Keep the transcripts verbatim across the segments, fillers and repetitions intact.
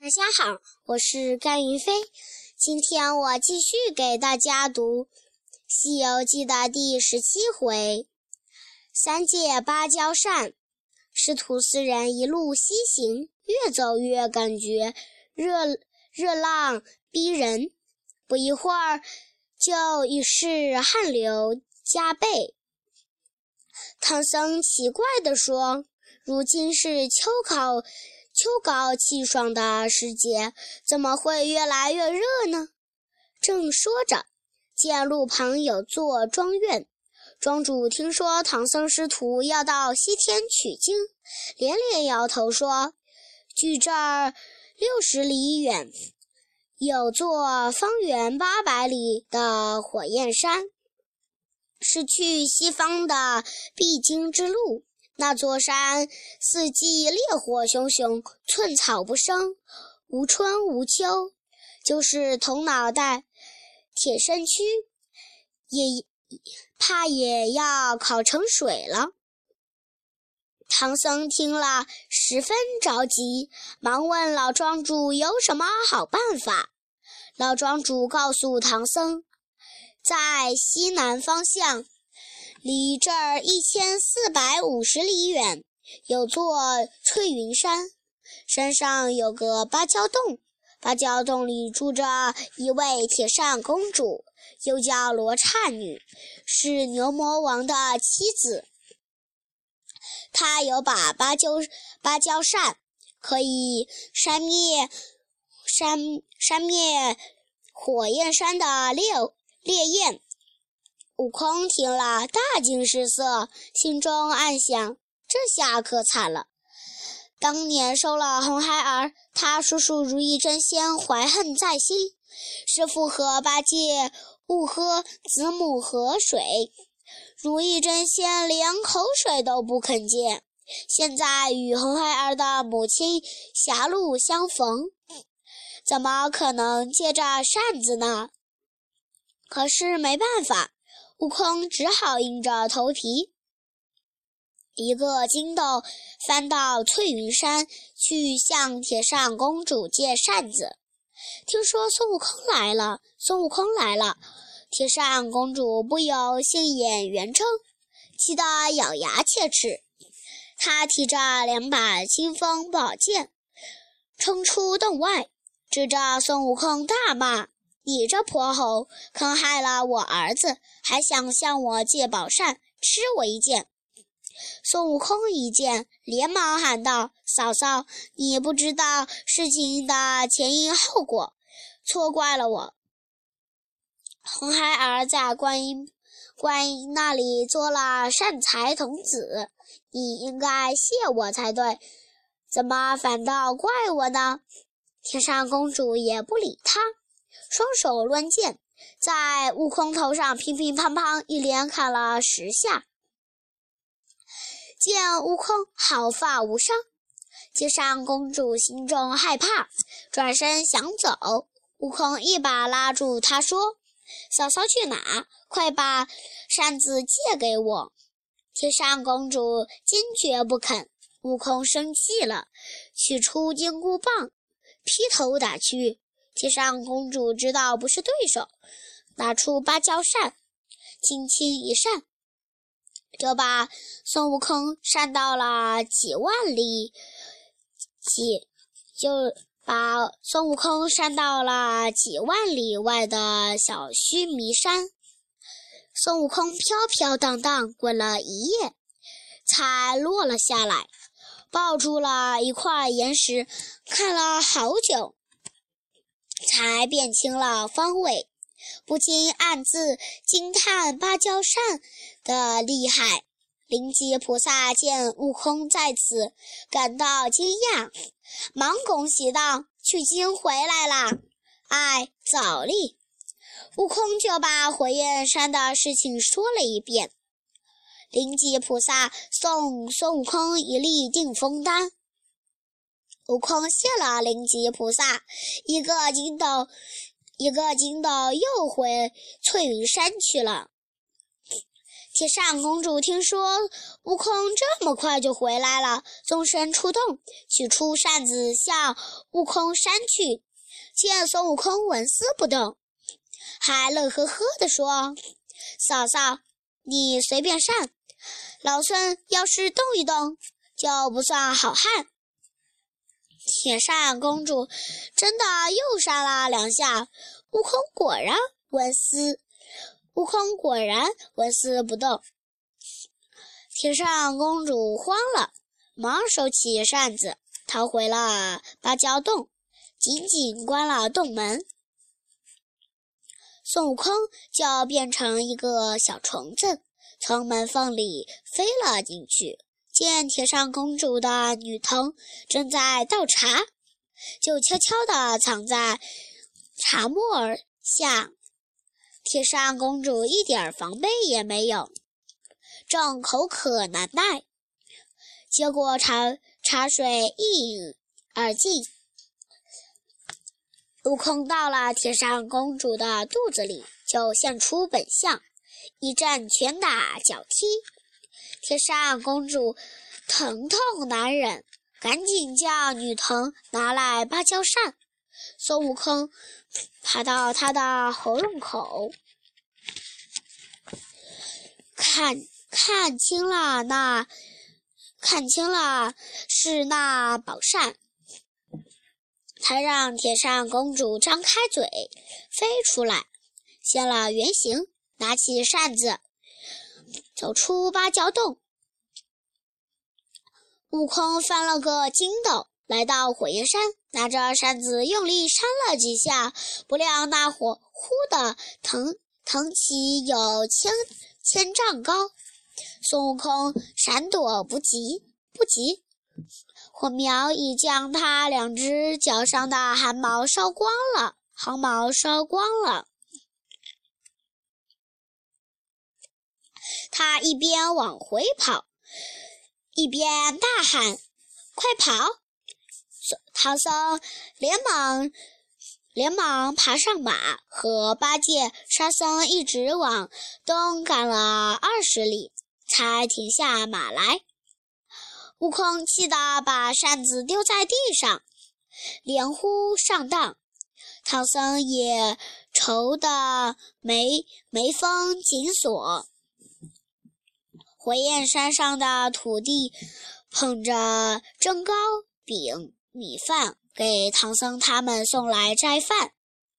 大家好，我是甘云飞。今天我继续给大家读《西游记》的第十七回，三借芭蕉扇。师徒四人一路西行，越走越感觉热热浪逼人，不一会儿就已是汗流浃背。唐僧奇怪地说：“如今是秋高秋高气爽的时节，怎么会越来越热呢？”正说着，见路旁有座庄院，庄主听说唐僧师徒要到西天取经，连连摇头说：“距这儿六十里远，有座方圆八百里的火焰山，是去西方的必经之路。那座山四季烈火熊熊，寸草不生，无春无秋，就是铜脑袋铁身躯，也怕也要烤成水了。”唐僧听了十分着急，忙问老庄主有什么好办法。老庄主告诉唐僧，在西南方向，离这儿一千四百五十里远，有座翠云山，山上有个芭蕉洞，芭蕉洞里住着一位铁扇公主，又叫罗刹女，是牛魔王的妻子。她有把芭蕉芭蕉扇，可以扇灭扇扇灭火焰山的烈烈焰。悟空听了大惊失色，心中暗想：这下可惨了。当年收了红孩儿，他叔叔如意真仙怀恨在心，师父和八戒误喝子母河水，如意真仙连口水都不肯借，现在与红孩儿的母亲狭路相逢，怎么可能借着扇子呢？可是没办法，悟空只好硬着头皮，一个筋斗翻到翠云山去向铁扇公主借扇子。听说孙悟空来了，孙悟空来了，铁扇公主不由杏眼圆睁，气得咬牙切齿。她提着两把青锋宝剑，冲出洞外，指着孙悟空大骂：“你这泼猴，坑害了我儿子，还想向我借宝扇，吃我一剑！”孙悟空一见，连忙喊道：“嫂嫂，你不知道事情的前因后果，错怪了我。红孩儿在观音观音那里做了善财童子，你应该谢我才对，怎么反倒怪我呢？”铁扇公主也不理他，双手抡剑，在悟空头上乒乒乓乓一连砍了十下。见悟空毫发无伤，铁扇公主心中害怕，转身想走。悟空一把拉住她说：“嫂嫂去哪？快把扇子借给我！”铁扇公主坚决不肯。悟空生气了，取出金箍棒，劈头打去。铁扇公主知道不是对手，拿出芭蕉扇，轻轻一扇，就把孙悟空扇到了几万里，几就把孙悟空扇到了几万里外的小须弥山。孙悟空飘飘荡荡滚了一夜，才落了下来，抱住了一块岩石，看了好久，才辨清了方位，不禁暗自惊叹芭蕉扇的厉害。灵吉菩萨见悟空在此，感到惊讶，忙恭喜道：“取经回来啦！哎，早哩！”悟空就把火焰山的事情说了一遍。灵吉菩萨送孙悟空一粒定风丹，悟空谢了灵吉菩萨，一个筋斗一个筋斗又回翠云山去了。 铁扇公主听说悟空这么快就回来了，纵身出洞，取出扇子向悟空扇去。见孙悟空纹丝不动，还乐呵呵地说：“嫂嫂，你随便扇，老孙要是动一动，就不算好汉。”铁扇公主真的又扇了两下，悟空果然纹丝悟空果然纹丝不动。铁扇公主慌了，忙收起扇子，逃回了芭蕉洞，紧紧关了洞门。孙悟空就变成一个小虫子，从门缝里飞了进去，见铁扇公主的女童正在倒茶，就悄悄地藏在茶沫下。铁扇公主一点防备也没有，正口渴难耐，结果茶茶水一饮而尽。悟空到了铁扇公主的肚子里，就现出本相，一阵拳打脚踢。铁扇公主疼痛难忍，赶紧叫女童拿来芭蕉扇。孙悟空爬到她的喉咙口，看看清了那看清了是那宝扇。他让铁扇公主张开嘴飞出来，现了原形，拿起扇子走出芭蕉洞。悟空翻了个筋斗，来到火焰山，拿着扇子用力扇了几下，不料那火忽地腾腾起有千千丈高。孙悟空闪躲不及不及火苗已将他两只脚上的汗毛烧光了，毫毛烧光了。他一边往回跑，一边大喊：“快跑！”唐僧连忙连忙爬上马，和八戒、沙僧一直往东赶了二十里，才停下马来。悟空气得把扇子丢在地上，连呼上当。唐僧也愁得眉眉峰紧锁。火焰山上的土地捧着蒸糕、饼、米饭，给唐僧他们送来斋饭。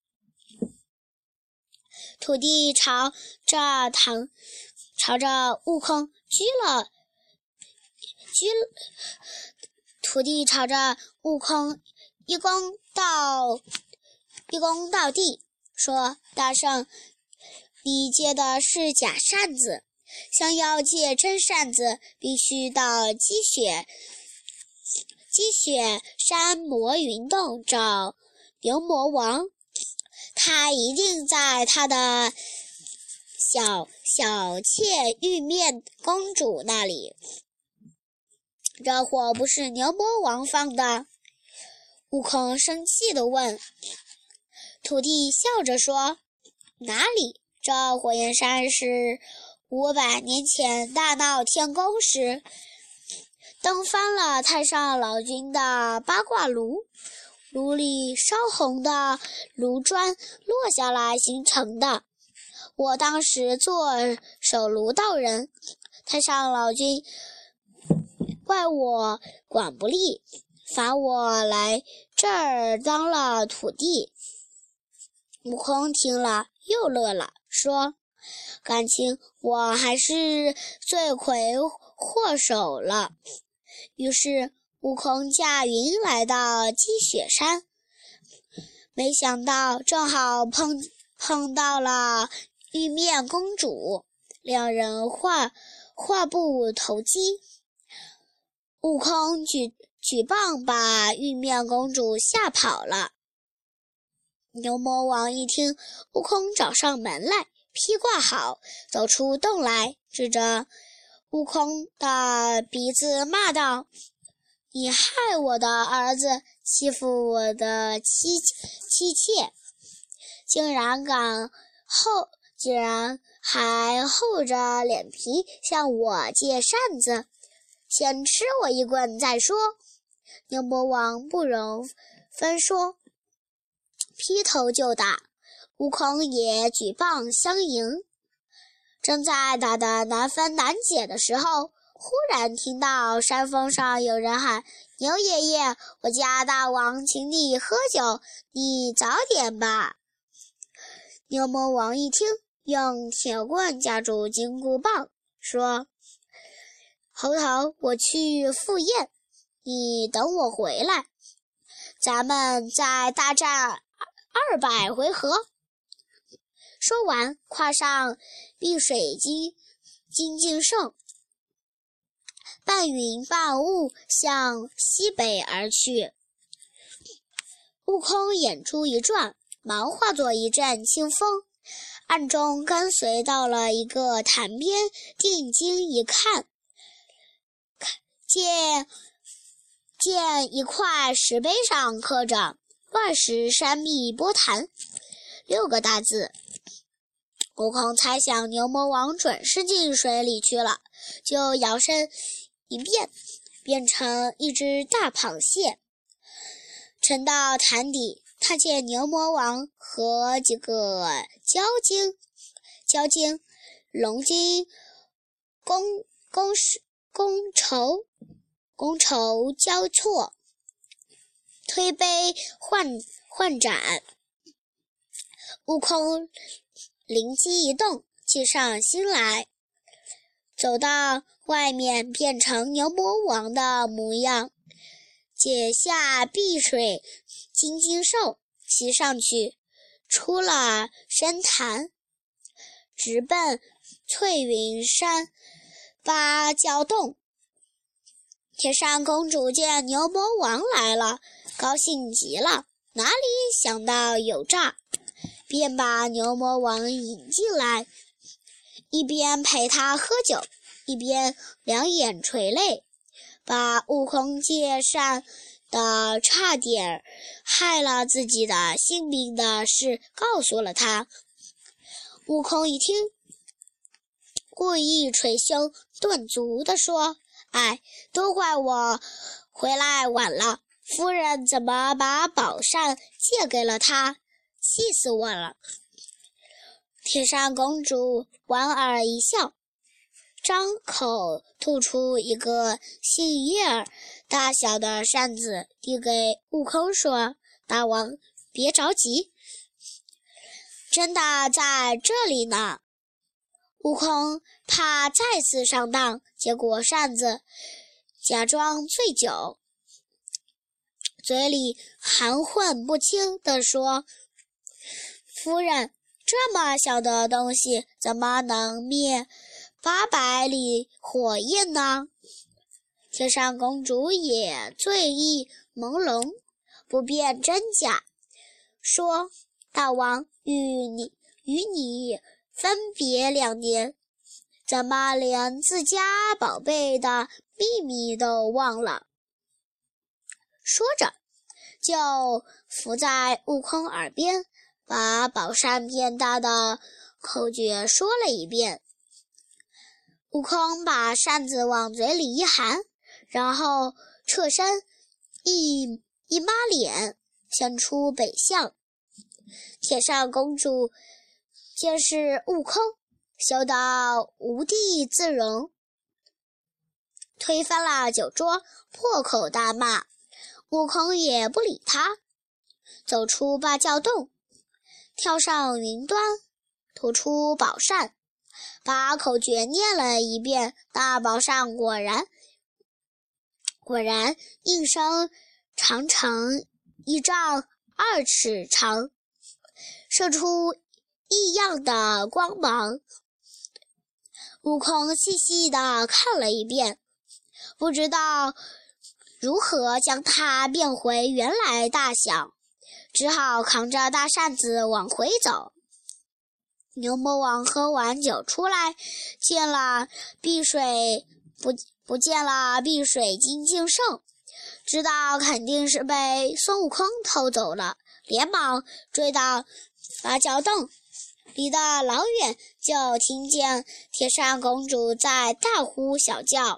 土地朝着唐朝着悟空鞠了鞠土地朝着悟空一躬到一躬到地，说：“大圣，你借的是假扇子，想要借真扇子，必须到积雪积雪山魔云洞找牛魔王，他一定在他的小小妾玉面公主那里。这火不是牛魔王放的。”悟空生气地问。土地笑着说：“哪里？这火焰山是五百年前大闹天宫时蹬翻了太上老君的八卦炉，炉里烧红的炉砖落下来形成的。我当时做守炉道人，太上老君怪我管不力，罚我来这儿当了土地。”悟空听了又乐了，说：“感情我还是罪魁祸首了。”于是悟空驾云来到积雪山，没想到正好碰碰到了玉面公主，两人话话不投机。悟空举举棒把玉面公主吓跑了。牛魔王一听悟空找上门来，披挂好，走出洞来，指着悟空的鼻子骂道：“你害我的儿子，欺负我的妻妻妾，竟然敢后竟然还厚着脸皮向我借扇子，先吃我一棍再说。牛魔王不容分说，劈头就打，悟空也举棒相迎。正在打得难分难解的时候，忽然听到山峰上有人喊：牛爷爷，我家大王请你喝酒，你早点吧。牛魔王一听，用铁棍夹住金箍棒，说：猴头，我去赴宴，你等我回来，咱们再大战二百回合。说完，跨上碧水金金镜兽，半云半雾向西北而去。悟空眼珠一转，忙化作一阵清风，暗中跟随到了一个潭边，定睛一看，见见一块石碑上刻着“乱石山密波潭”六个大字。悟空猜想牛魔王准是进水里去了，就摇身一变，变成一只大螃蟹，沉到潭底。看见牛魔王和几个蛟精、蛟精、龙精、觥觥觥筹、觥筹交错，推杯换换盏。悟空灵机一动，计上心来，走到外面变成牛魔王的模样，解下碧水金睛兽，骑上去，出了深潭，直奔翠云山芭蕉洞。铁扇公主见牛魔王来了，高兴极了，哪里想到有诈，便把牛魔王引进来，一边陪他喝酒，一边两眼垂泪，把悟空借扇的差点害了自己的性命的事告诉了他。悟空一听，故意捶胸顿足地说：哎，都怪我回来晚了，夫人怎么把宝扇借给了他，气死我了。铁扇公主莞尔一笑，张口吐出一个杏叶儿大小的扇子，递给悟空说：大王别着急，真的在这里呢。悟空怕再次上当，接过扇子，假装醉酒，嘴里含混不清地说：夫人，这么小的东西怎么能灭八百里火焰呢？铁扇公主也醉意朦胧，不辨真假，说：大王与你与你分别两年，怎么连自家宝贝的秘密都忘了？说着，就伏在悟空耳边，把宝扇变大的口诀说了一遍。悟空把扇子往嘴里一含，然后侧身一一抹脸，现出北向。铁扇公主见是悟空，羞到无地自容，推翻了酒桌，破口大骂。悟空也不理他，走出芭蕉洞，跳上云端，吐出宝扇，把口诀念了一遍，大宝扇果然果然应声长成一丈二尺长，射出异样的光芒。悟空细细地看了一遍，不知道如何将它变回原来大小，只好扛着大扇子往回走。牛魔王喝完酒出来，见了碧水不不见了碧水金睛兽，知道肯定是被孙悟空偷走了，连忙追到芭蕉洞， 离得老远，就听见铁扇公主在大呼小叫。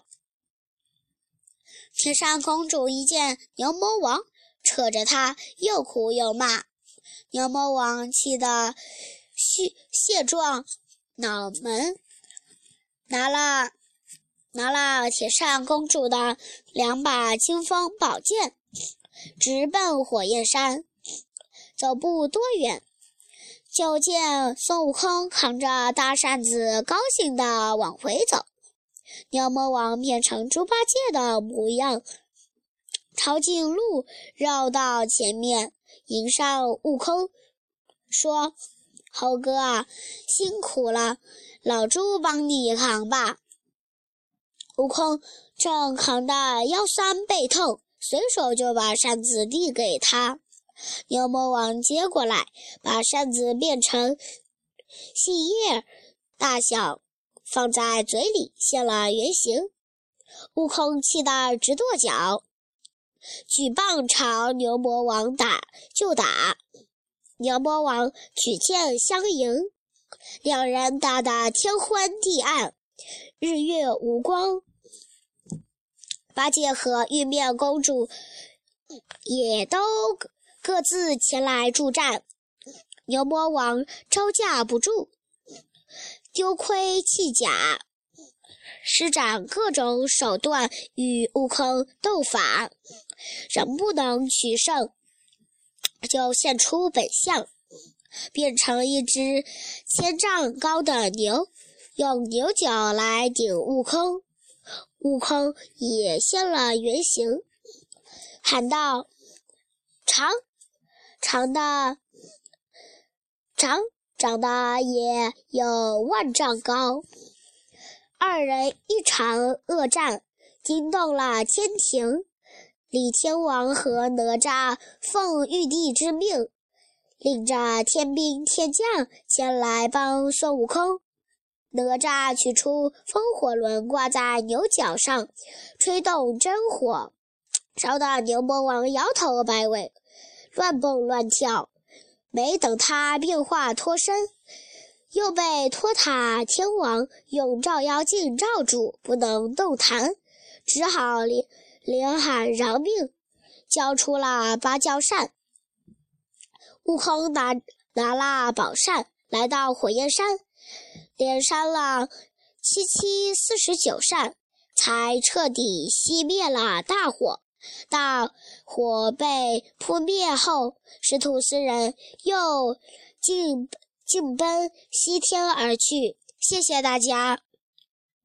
铁扇公主一见牛魔王，扯着她又哭又骂。牛魔王气得卸状脑门，拿了拿了铁扇公主的两把金锋宝剑，直奔火焰山。走不多远，就见孙悟空扛着大扇子，高兴地往回走。牛魔王变成猪八戒的模样，抄近路绕到前面，迎上悟空，说：“猴哥啊，辛苦了，老猪帮你扛吧。”悟空正扛得腰酸背痛，随手就把扇子递给他。牛魔王接过来，把扇子变成细叶大小，放在嘴里现了原形。悟空气得直跺脚，举棒朝牛魔王打就打。牛魔王举剑相迎，两人打得天昏地暗，日月无光。八戒和玉面公主也都各自前来助战。牛魔王招架不住，丢盔弃甲，施展各种手段与悟空斗法，仍不能取胜，就现出本相，变成一只千丈高的牛，用牛角来顶悟空。悟空也现了原形，喊道：“长，长的，长，长得也有万丈高。”二人一场恶战，惊动了天庭。李天王和哪吒奉玉帝之命，领着天兵天将前来帮孙悟空。哪吒取出风火轮挂在牛角上，吹动真火，烧得牛魔王摇头摆尾，乱蹦乱跳。没等他变化脱身，又被托塔天王用照妖镜罩住，不能动弹，只好连连喊饶命，交出了芭蕉扇。悟空拿拿了宝扇，来到火焰山，连扇了七七四十九扇，才彻底熄灭了大火。大火被扑灭后，师徒四人又尽尽奔西天而去。谢谢大家。